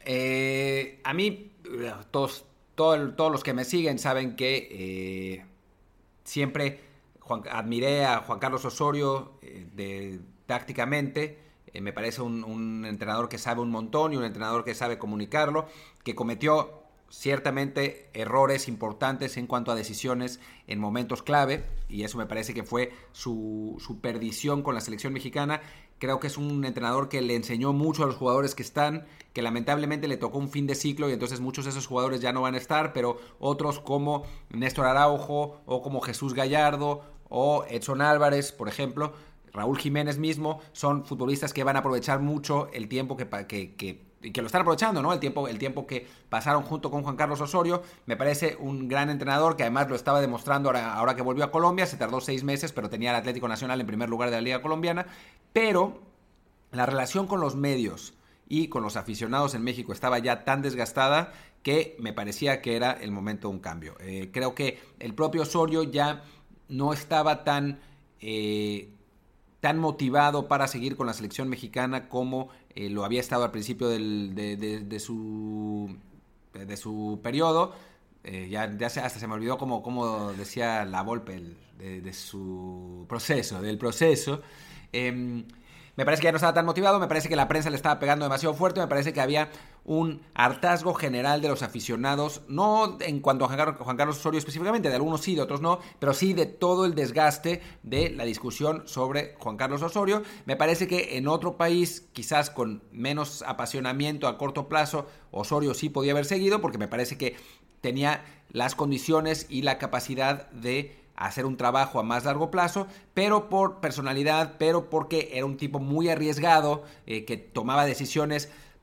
S1: Eh, a mí, todos, todo, todos los que me siguen saben que eh, siempre Juan, admiré a Juan Carlos Osorio eh, de, tácticamente. Eh, me parece un, un entrenador que sabe un montón y un entrenador que sabe comunicarlo, que cometió ciertamente errores importantes en cuanto a decisiones en momentos clave, y eso me parece que fue su, su perdición con la selección mexicana. Creo que es un entrenador que le enseñó mucho a los jugadores que están, que lamentablemente le tocó un fin de ciclo y entonces muchos de esos jugadores ya no van a estar, pero otros como Néstor Araujo o como Jesús Gallardo o Edson Álvarez, por ejemplo, Raúl Jiménez mismo, son futbolistas que van a aprovechar mucho el tiempo que, que, que, que lo están aprovechando, ¿no? El tiempo, el tiempo que pasaron junto con Juan Carlos Osorio. Me parece un gran entrenador que además lo estaba demostrando ahora, ahora que volvió a Colombia. Se tardó seis meses, pero tenía al Atlético Nacional en primer lugar de la Liga Colombiana. Pero la relación con los medios y con los aficionados en México estaba ya tan desgastada que me parecía que era el momento de un cambio. Eh, creo que el propio Osorio ya no estaba tan... Eh, tan motivado para seguir con la selección mexicana como eh, lo había estado al principio del, de, de, de su de, de su periodo. Eh, ya ya se, hasta se me olvidó cómo, cómo decía la Volpe el, de, de su proceso, del proceso. Eh, me parece que ya no estaba tan motivado, me parece que la prensa le estaba pegando demasiado fuerte, me parece que había un hartazgo general de los aficionados, no en cuanto a Juan Carlos Osorio específicamente, de algunos sí, de otros no, pero sí de todo el desgaste de la discusión sobre Juan Carlos Osorio. Me parece que en otro país, quizás con menos apasionamiento a corto plazo, Osorio sí podía haber seguido, porque me parece que tenía las condiciones y la capacidad de hacer un trabajo a más largo plazo, pero por personalidad, pero porque era un tipo muy arriesgado, eh, que tomaba decisiones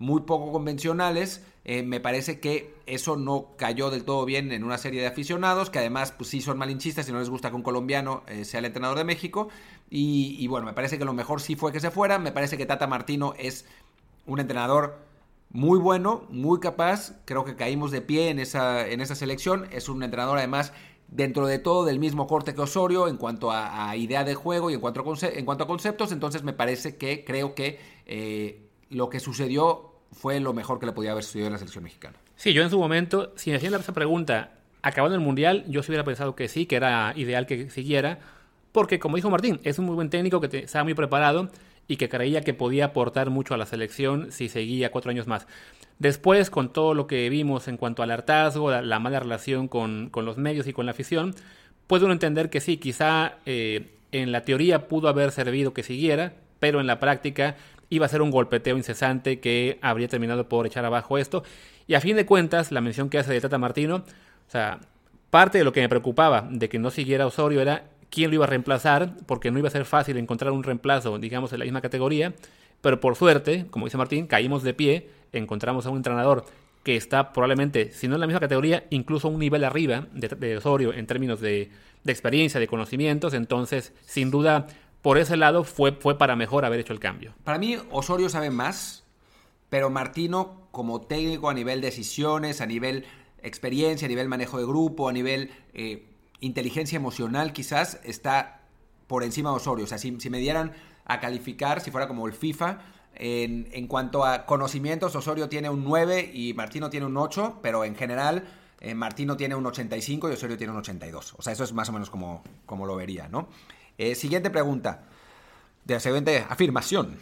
S1: muy poco convencionales. Eh, me parece que eso no cayó del todo bien en una serie de aficionados, que además pues sí son malinchistas y no les gusta que un colombiano eh, sea el entrenador de México. Y, y bueno, me parece que lo mejor sí fue que se fuera. Me parece que Tata Martino es un entrenador muy bueno, muy capaz. Creo que caímos de pie en esa, en esa selección. Es un entrenador además dentro de todo del mismo corte que Osorio en cuanto a, a idea de juego y en cuanto a, conce- en cuanto a conceptos. Entonces me parece que creo que eh, lo que sucedió fue lo mejor que le podía haber sucedido en la selección mexicana.
S2: Sí, yo en su momento, si me hacían esa pregunta, acabando el Mundial, yo sí hubiera pensado que sí, que era ideal que siguiera, porque como dijo Martín, es un muy buen técnico que te, estaba muy preparado y que creía que podía aportar mucho a la selección si seguía cuatro años más. Después, con todo lo que vimos en cuanto al hartazgo, la, la mala relación con, con los medios y con la afición, puede uno entender que sí, quizá eh, en la teoría pudo haber servido que siguiera, pero en la práctica iba a ser un golpeteo incesante que habría terminado por echar abajo esto. Y a fin de cuentas, la mención que hace de Tata Martino, o sea, parte de lo que me preocupaba de que no siguiera Osorio era quién lo iba a reemplazar, porque no iba a ser fácil encontrar un reemplazo, digamos, en la misma categoría. Pero por suerte, como dice Martín, caímos de pie, encontramos a un entrenador que está probablemente, si no en la misma categoría, incluso un nivel arriba de, de Osorio en términos de, de experiencia, de conocimientos. Entonces, sin duda, por ese lado fue, fue para mejor haber hecho el cambio.
S1: Para mí, Osorio sabe más, pero Martino, como técnico a nivel decisiones, a nivel experiencia, a nivel manejo de grupo, a nivel eh, inteligencia emocional, quizás está por encima de Osorio. O sea, si, si me dieran a calificar, si fuera como el FIFA, en, en cuanto a conocimientos, Osorio tiene un nueve y Martino tiene un ocho, pero en general eh, Martino tiene un ochenta y cinco y Osorio tiene un ochenta y dos. O sea, eso es más o menos como, como lo vería, ¿no? Eh, siguiente pregunta, de la siguiente afirmación.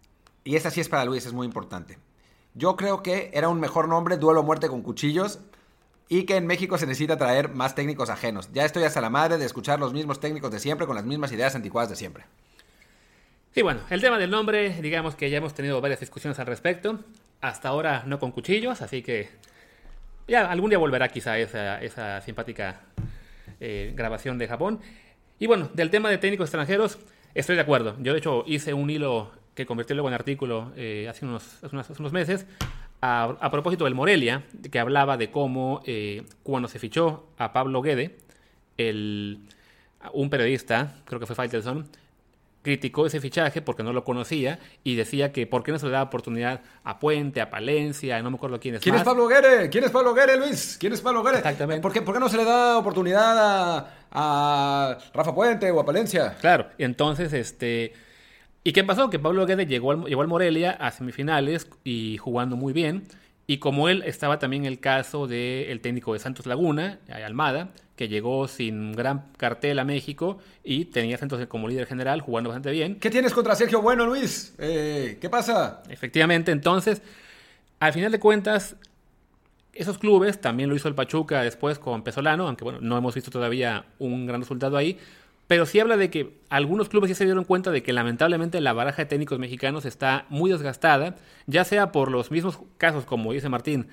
S1: Y esta sí es para Luis, es muy importante. Yo creo que era un mejor nombre duelo a muerte con cuchillos y que en México se necesita traer más técnicos ajenos. Ya estoy hasta la madre de escuchar los mismos técnicos de siempre con las mismas ideas anticuadas de siempre.
S2: Sí, bueno, el tema del nombre, digamos que ya hemos tenido varias discusiones al respecto. Hasta ahora no con cuchillos, así que ya algún día volverá quizá esa, esa simpática eh, grabación de Japón. Y bueno, del tema de técnicos extranjeros, estoy de acuerdo. Yo, de hecho, hice un hilo que convertí luego en artículo eh, hace, unos, hace, unos, hace unos meses a, a propósito del Morelia, que hablaba de cómo eh, cuando se fichó a Pablo Guede, el, un periodista, creo que fue Faitelson, criticó ese fichaje porque no lo conocía y decía que por qué no se le daba oportunidad a Puente, a Palencia, no me acuerdo quién es
S1: ¿Quién
S2: más.
S1: es Pablo Guede? ¿Quién es Pablo Guede, Luis? ¿Quién es Pablo Guede?
S2: Exactamente.
S1: ¿Por qué, por qué no se le da oportunidad a, a Rafa Puente o a Palencia?
S2: Claro, entonces, este... ¿y qué pasó? Que Pablo Guede llegó al, llegó al Morelia a semifinales y jugando muy bien. Y como él, estaba también el caso del técnico de Santos Laguna, Almada, que llegó sin gran cartel a México y tenía Santos como líder general, jugando bastante bien.
S1: ¿Qué tienes contra Sergio Bueno, Luis? Eh, ¿Qué pasa?
S2: Efectivamente, entonces, al final de cuentas, esos clubes, también lo hizo el Pachuca después con Pesolano, aunque bueno, no hemos visto todavía un gran resultado ahí, pero sí habla de que algunos clubes ya se dieron cuenta de que lamentablemente la baraja de técnicos mexicanos está muy desgastada, ya sea por los mismos casos, como dice Martín,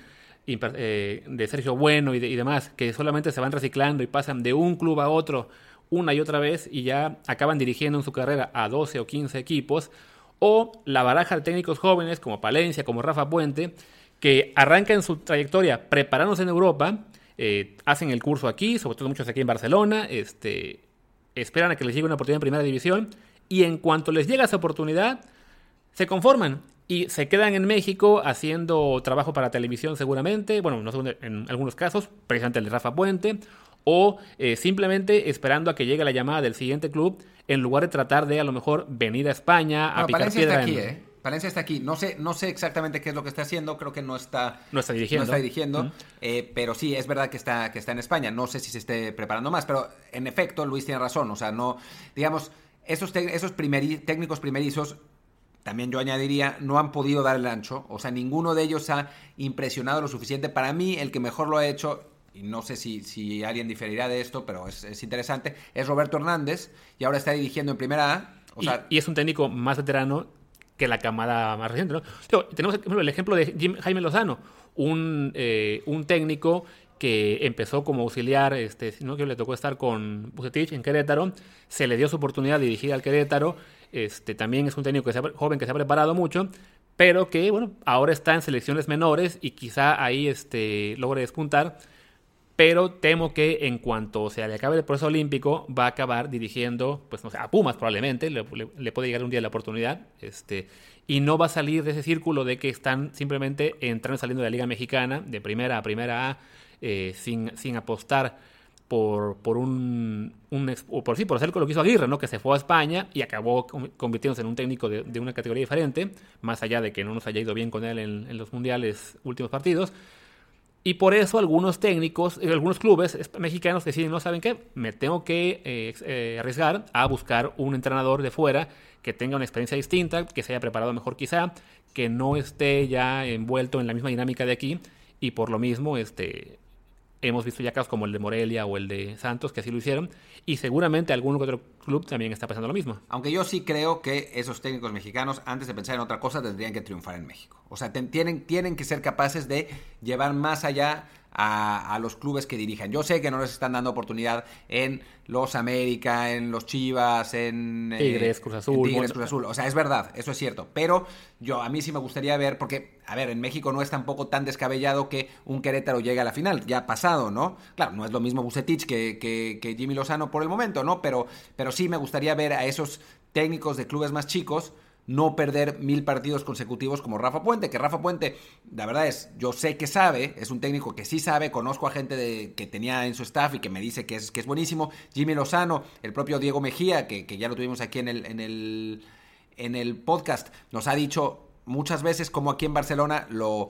S2: de Sergio Bueno y, de, y demás, que solamente se van reciclando y pasan de un club a otro una y otra vez y ya acaban dirigiendo en su carrera a doce o quince equipos, o la baraja de técnicos jóvenes como Palencia, como Rafa Puente, que arrancan su trayectoria preparándose en Europa, eh, hacen el curso aquí, sobre todo muchos aquí en Barcelona, este... esperan a que les llegue una oportunidad en primera división y en cuanto les llega esa oportunidad se conforman y se quedan en México haciendo trabajo para televisión seguramente, bueno, no sé, en algunos casos, precisamente el de Rafa Puente, o eh, simplemente esperando a que llegue la llamada del siguiente club en lugar de tratar de a lo mejor venir a España a
S1: bueno,
S2: picar
S1: Palencia
S2: piedra.
S1: Está aquí,
S2: en...
S1: ¿eh? Palencia está aquí. No sé, no sé exactamente qué es lo que está haciendo. Creo que no está,
S2: no está dirigiendo.
S1: No está dirigiendo
S2: uh-huh.
S1: eh, pero sí, es verdad que está, que está en España. No sé si se esté preparando más, pero en efecto, Luis tiene razón. O sea, no, digamos, esos, te- esos primeri- técnicos primerizos, también yo añadiría, no han podido dar el ancho. O sea, ninguno de ellos ha impresionado lo suficiente. Para mí, el que mejor lo ha hecho, y no sé si, si alguien diferirá de esto, pero es, es interesante, es Roberto Hernández, y ahora está dirigiendo en Primera A. O
S2: y,
S1: sea,
S2: y es un técnico más veterano que la camada más reciente, ¿no? Digo, tenemos el ejemplo de Jim, Jaime Lozano, un, eh, un técnico que empezó como auxiliar, este, ¿no? que le tocó estar con Bucetich en Querétaro, se le dio su oportunidad de dirigir al Querétaro, este, también es un técnico que se ha, joven que se ha preparado mucho, pero que, bueno, ahora está en selecciones menores y quizá ahí este, logre despuntar, pero temo que en cuanto se le acabe el proceso olímpico va a acabar dirigiendo, pues no sé, a Pumas probablemente, le, le, le puede llegar un día la oportunidad, este, y no va a salir de ese círculo de que están simplemente entrando y saliendo de la Liga Mexicana, de primera a primera A, eh, sin, sin apostar por, por un, un o por sí, por hacer lo que hizo Aguirre, ¿no? Que se fue a España y acabó convirtiéndose en un técnico de, de una categoría diferente, más allá de que no nos haya ido bien con él en, en los mundiales últimos partidos. Y por eso algunos técnicos, algunos clubes mexicanos deciden, no saben qué, me tengo que eh, eh, arriesgar a buscar un entrenador de fuera que tenga una experiencia distinta, que se haya preparado mejor quizá, que no esté ya envuelto en la misma dinámica de aquí, y por lo mismo este, hemos visto ya casos como el de Morelia o el de Santos que así lo hicieron, y seguramente algún otro club también está pasando lo mismo.
S1: Aunque yo sí creo que esos técnicos mexicanos, antes de pensar en otra cosa, tendrían que triunfar en México. O sea, ten, tienen, tienen que ser capaces de llevar más allá a, a los clubes que dirijan. Yo sé que no les están dando oportunidad en los América, en los Chivas, en
S2: Tigres, eh, Cruz Azul.
S1: En Tigres, Cruz Azul. O sea, es verdad, eso es cierto. Pero yo a mí sí me gustaría ver, porque, a ver, en México no es tampoco tan descabellado que un Querétaro llegue a la final. Ya ha pasado, ¿no? Claro, no es lo mismo Vucetich que, que, que Jimmy Lozano por el momento, ¿no? Pero, pero sí me gustaría ver a esos técnicos de clubes más chicos no perder mil partidos consecutivos como Rafa Puente, que Rafa Puente, la verdad es, yo sé que sabe, es un técnico que sí sabe, conozco a gente de, que tenía en su staff y que me dice que es, que es buenísimo, Jimmy Lozano, el propio Diego Mejía, que, que ya lo tuvimos aquí en el, en el, en el podcast, nos ha dicho muchas veces como aquí en Barcelona lo...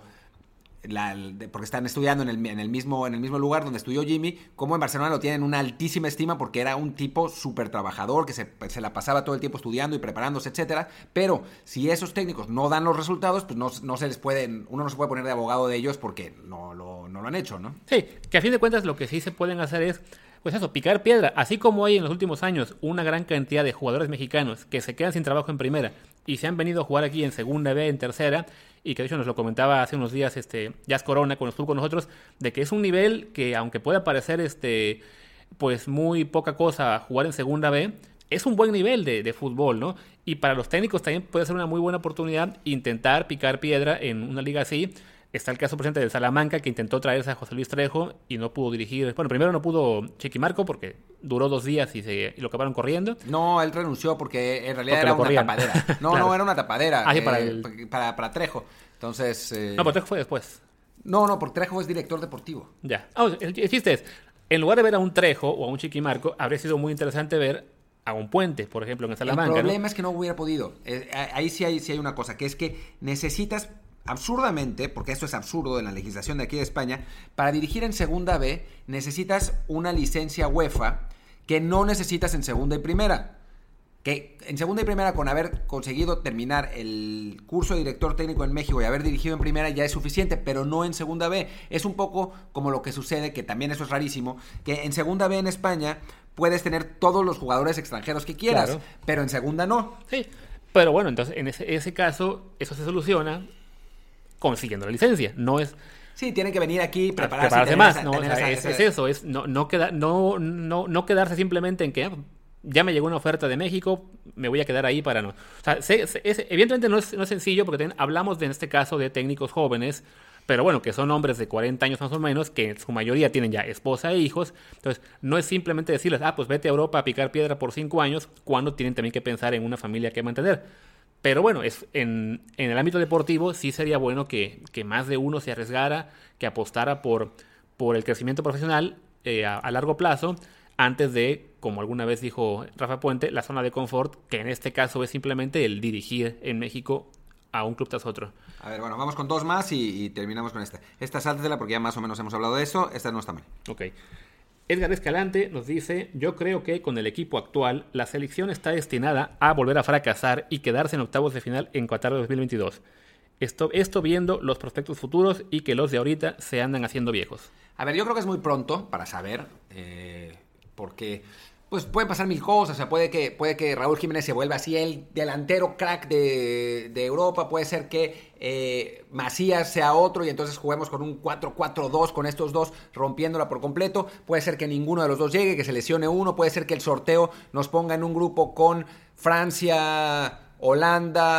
S1: La, porque están estudiando en el, en, el mismo, en el mismo lugar donde estudió Jimmy, como en Barcelona lo tienen una altísima estima porque era un tipo súper trabajador, que se, se la pasaba todo el tiempo estudiando y preparándose, etcétera. Pero si esos técnicos no dan los resultados, pues no, no se les pueden, uno no se puede poner de abogado de ellos porque no lo, no lo han hecho, ¿no?
S2: Sí, que a fin de cuentas lo que sí se pueden hacer es, pues eso, picar piedra. Así como hay en los últimos años una gran cantidad de jugadores mexicanos que se quedan sin trabajo en primera y se han venido a jugar aquí en segunda B, en tercera, y que de hecho nos lo comentaba hace unos días este Jazz Corona cuando estuvo con nosotros, de que es un nivel que aunque pueda parecer este pues muy poca cosa jugar en segunda B, es un buen nivel de, de fútbol, ¿no? Y para los técnicos también puede ser una muy buena oportunidad intentar picar piedra en una liga así. Está el caso presente del Salamanca, que intentó traerse a José Luis Trejo y no pudo dirigir. Bueno, primero no pudo Chiquimarco porque duró dos días y, se, y lo acabaron corriendo.
S1: No, él renunció porque en realidad porque era una tapadera. No, claro. no, era una tapadera.
S2: Ah, sí,
S1: eh,
S2: para, el...
S1: para, para Trejo. Entonces... Eh...
S2: No, pero Trejo fue después.
S1: No, no, porque Trejo es director deportivo.
S2: Ya. Oh, el, el chiste es, en lugar de ver a un Trejo o a un Chiquimarco, habría sido muy interesante ver a un Puente, por ejemplo, en el Salamanca.
S1: El problema
S2: ¿no?
S1: es que no hubiera podido. Eh, ahí sí hay, sí hay una cosa, que es que necesitas... absurdamente, porque esto es absurdo en la legislación de aquí de España, para dirigir en segunda B necesitas una licencia UEFA que no necesitas en segunda y primera. Que en segunda y primera, con haber conseguido terminar el curso de director técnico en México y haber dirigido en primera ya es suficiente, pero no en segunda B. Es un poco como lo que sucede, que también eso es rarísimo, que en segunda B en España puedes tener todos los jugadores extranjeros que quieras, claro. Pero en segunda no.
S2: Sí, pero bueno, entonces en ese, ese caso eso se soluciona consiguiendo la licencia, no es...
S1: Sí, tienen que venir aquí, prepararse,
S2: prepararse más, esa, ¿no? O sea, esa, es, esa... es eso, es no, no, queda, no, no, no quedarse simplemente en que ah, ya me llegó una oferta de México, me voy a quedar ahí para no... O sea, se, se, es, evidentemente no es, no es sencillo porque ten, hablamos de, en este caso de técnicos jóvenes, pero bueno, que son hombres de cuarenta años más o menos, que en su mayoría tienen ya esposa e hijos, entonces no es simplemente decirles, ah, pues vete a Europa a picar piedra por cinco años, cuando tienen también que pensar en una familia que mantener. Pero bueno, es en, en el ámbito deportivo sí sería bueno que, que más de uno se arriesgara, que apostara por, por el crecimiento profesional eh, a, a largo plazo, antes de, como alguna vez dijo Rafa Puente, la zona de confort, que en este caso es simplemente el dirigir en México a un club tras otro.
S1: A ver, bueno, vamos con dos más y, y terminamos con esta. Esta sáltatela porque ya más o menos hemos hablado de eso, esta no está mal.
S2: Ok. Edgar Escalante nos dice, yo creo que con el equipo actual la selección está destinada a volver a fracasar y quedarse en octavos de final en Qatar dos mil veintidós. Esto, esto viendo los prospectos futuros y que los de ahorita se andan haciendo viejos.
S1: A ver, yo creo que es muy pronto para saber, eh, porque pues pueden pasar mil cosas. O sea, puede que, puede que Raúl Jiménez se vuelva así el delantero crack de, de Europa. Puede ser que eh, Macías sea otro y entonces juguemos con un cuatro cuatro dos con estos dos rompiéndola por completo. Puede ser que ninguno de los dos llegue, que se lesione uno. Puede ser que el sorteo nos ponga en un grupo con Francia, Holanda,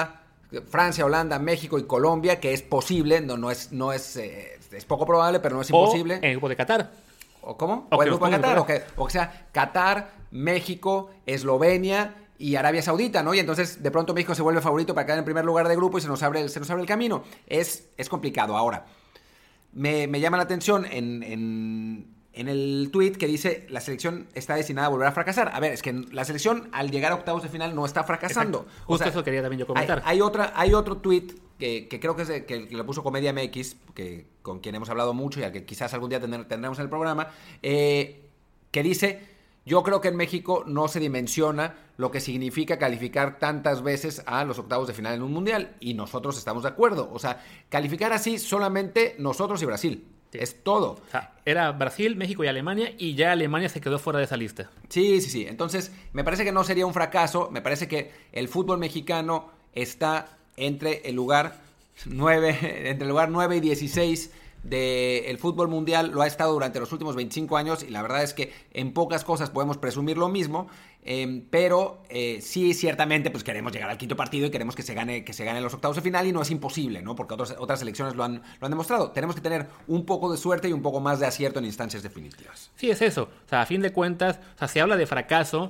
S1: Francia, Holanda, México y Colombia, que es posible, no, no es, no es, eh, es poco probable, pero no es imposible.
S2: O en el grupo de Qatar.
S1: ¿O cómo?
S2: O,
S1: o
S2: el
S1: grupo de Qatar, o que, o que sea Qatar, México, Eslovenia y Arabia Saudita, ¿no? Y entonces de pronto México se vuelve favorito para quedar en primer lugar de grupo y se nos abre el, se nos abre el camino. Es, es complicado. Ahora, me, me llama la atención en, en, en el tweet que dice la selección está destinada a volver a fracasar. A ver, es que la selección al llegar a octavos de final no está fracasando.
S2: Exacto. Justo o sea, eso quería también yo comentar.
S1: Hay, hay, otra, hay otro tweet que, que creo que, es de, que, que lo puso Comedia M X, que, con quien hemos hablado mucho y al que quizás algún día tendremos tendremos en el programa, eh, que dice: yo creo que en México no se dimensiona lo que significa calificar tantas veces a los octavos de final en un mundial, y nosotros estamos de acuerdo. O sea, calificar así solamente nosotros y Brasil. Sí. Es todo.
S2: O sea, era Brasil, México y Alemania, y ya Alemania se quedó fuera de esa lista.
S1: Sí, sí, sí. Entonces, me parece que no sería un fracaso. Me parece que el fútbol mexicano está entre el lugar nueve, entre el lugar nueve y dieciséis del fútbol mundial. Lo ha estado durante los últimos veinticinco años, y la verdad es que en pocas cosas podemos presumir lo mismo, eh, pero eh, sí, ciertamente, pues queremos llegar al quinto partido y queremos que se gane, que se gane los octavos de final, y no es imposible, ¿no? Porque otras, otras selecciones lo han, lo han demostrado. Tenemos que tener un poco de suerte y un poco más de acierto en instancias definitivas.
S2: Sí, es eso. O sea, a fin de cuentas, o sea, se habla de fracaso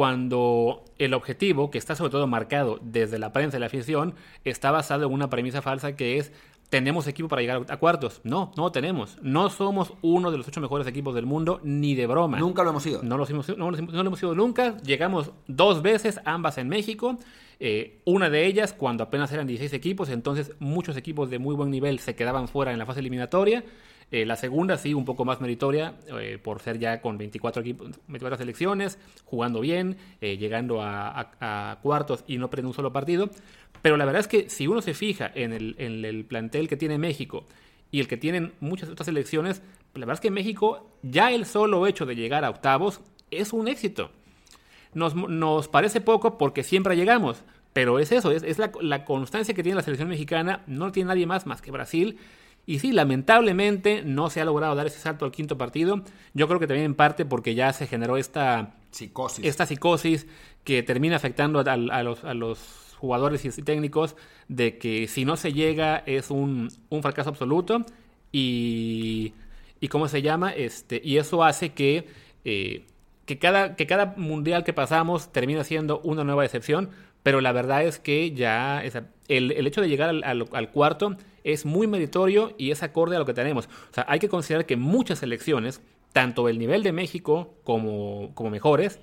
S2: cuando el objetivo, que está sobre todo marcado desde la prensa y la afición, está basado en una premisa falsa que es: tenemos equipo para llegar a cuartos. No, no tenemos. No somos uno de los ocho mejores equipos del mundo, ni de broma.
S1: Nunca lo hemos sido.
S2: No, los hemos, no, no lo hemos sido nunca. Llegamos dos veces, ambas en México. Eh, una de ellas cuando apenas eran dieciséis equipos, entonces muchos equipos de muy buen nivel se quedaban fuera en la fase eliminatoria. Eh, la segunda sí, un poco más meritoria, eh, por ser ya con veinticuatro, equipos, veinticuatro selecciones, jugando bien, eh, llegando a, a, a cuartos y no perdiendo un solo partido. Pero la verdad es que si uno se fija en el, en el plantel que tiene México y el que tienen muchas otras selecciones, la verdad es que México, ya el solo hecho de llegar a octavos es un éxito. Nos, nos parece poco porque siempre llegamos, pero es eso, es, es la, la constancia que tiene la selección mexicana. No lo tiene nadie más más que Brasil. Y sí, lamentablemente no se ha logrado dar ese salto al quinto partido. Yo creo que también en parte porque ya se generó esta
S1: psicosis,
S2: esta psicosis que termina afectando a, a, los, a los jugadores y técnicos, de que si no se llega es un, un fracaso absoluto. Y, y ¿cómo se llama? Este, y eso hace que, eh, que, cada, que cada mundial que pasamos termina siendo una nueva decepción. Pero la verdad es que ya esa, el, el hecho de llegar al, al, al cuarto es muy meritorio y es acorde a lo que tenemos. O sea, hay que considerar que muchas selecciones, tanto el nivel de México como, como mejores,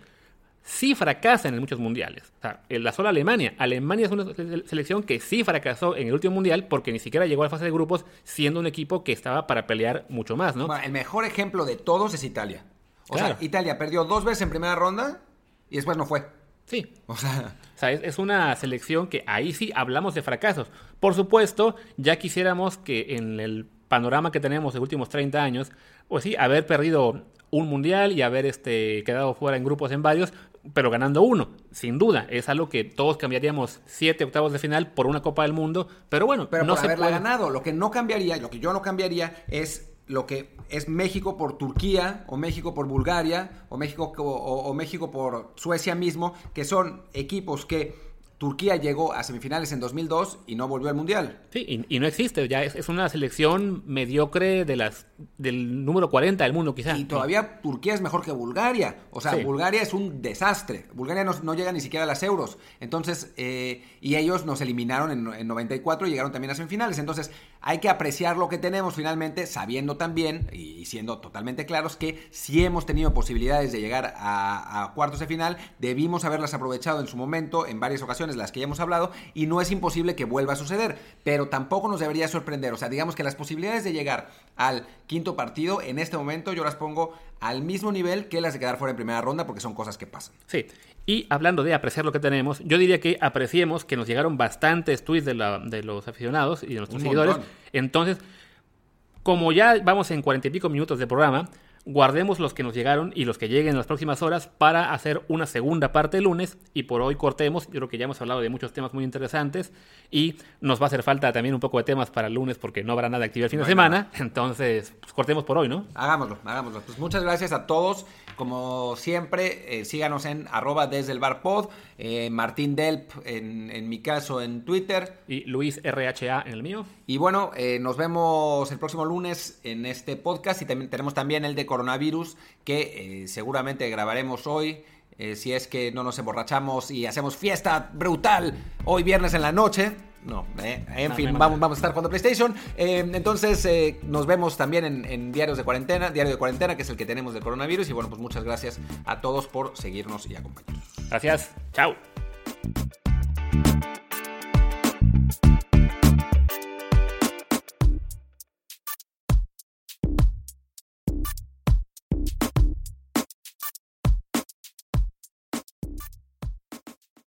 S2: sí fracasan en muchos mundiales. O sea, la sola Alemania. Alemania es una selección que sí fracasó en el último mundial porque ni siquiera llegó a la fase de grupos, siendo un equipo que estaba para pelear mucho más, ¿no?
S1: Bueno, el mejor ejemplo de todos es Italia. O claro. sea, Italia perdió dos veces en primera ronda y después no fue.
S2: Sí. O sea, o sea es, es una selección que ahí sí hablamos de fracasos. Por supuesto, ya quisiéramos que en el panorama que tenemos de los últimos treinta años, pues sí, haber perdido un mundial y haber este, quedado fuera en grupos en varios, pero ganando uno, sin duda. Es algo que todos cambiaríamos siete octavos de final por una Copa del Mundo, pero bueno,
S1: pero
S2: no
S1: por
S2: se
S1: haberla
S2: puede...
S1: ganado. Lo que no cambiaría, lo que yo no cambiaría es lo que es México por Turquía, o México por Bulgaria, o México, o, o México por Suecia mismo, que son equipos que Turquía llegó a semifinales en dos mil dos y no volvió al Mundial.
S2: Sí, y, y no existe, ya es, es una selección mediocre de las del número cuarenta del mundo quizá.
S1: Y todavía Turquía es mejor que Bulgaria, o sea, sí. Bulgaria es un desastre, Bulgaria no, no llega ni siquiera a las euros, entonces, eh, y ellos nos eliminaron en, en noventa y cuatro y llegaron también a semifinales, entonces hay que apreciar lo que tenemos finalmente, sabiendo también y siendo totalmente claros que si hemos tenido posibilidades de llegar a, a cuartos de final, debimos haberlas aprovechado en su momento, en varias ocasiones, las que ya hemos hablado, y no es imposible que vuelva a suceder, pero tampoco nos debería sorprender. O sea, digamos que las posibilidades de llegar al quinto partido en este momento yo las pongo al mismo nivel que las de quedar fuera en primera ronda, porque son cosas que pasan.
S2: Sí, y hablando de apreciar lo que tenemos, yo diría que apreciemos que nos llegaron bastantes tweets de, la, de los aficionados y de nuestros seguidores. Entonces, como ya vamos en cuarenta y pico minutos de programa, guardemos los que nos llegaron y los que lleguen en las próximas horas para hacer una segunda parte el lunes, y por hoy cortemos. Yo creo que ya hemos hablado de muchos temas muy interesantes y nos va a hacer falta también un poco de temas para el lunes porque no habrá nada de actividad el fin de semana. Entonces, pues, cortemos por hoy, ¿no?
S1: Hagámoslo, hagámoslo. Pues muchas gracias a todos. Como siempre, eh, síganos en arroba desde el bar pod, eh, Martín Delp en, en mi caso en Twitter.
S2: Y Luis R H A en el mío.
S1: Y bueno, eh, nos vemos el próximo lunes en este podcast y también tenemos también el de coronavirus que eh, seguramente grabaremos hoy. Eh, si es que no nos emborrachamos y hacemos fiesta brutal hoy viernes en la noche. No, eh, en no, fin, no vamos, vamos a estar jugando PlayStation. Eh, entonces, eh, nos vemos también en, en Diarios de Cuarentena, Diario de Cuarentena, que es el que tenemos del coronavirus. Y bueno, pues muchas gracias a todos por seguirnos y acompañarnos.
S2: Gracias, chao.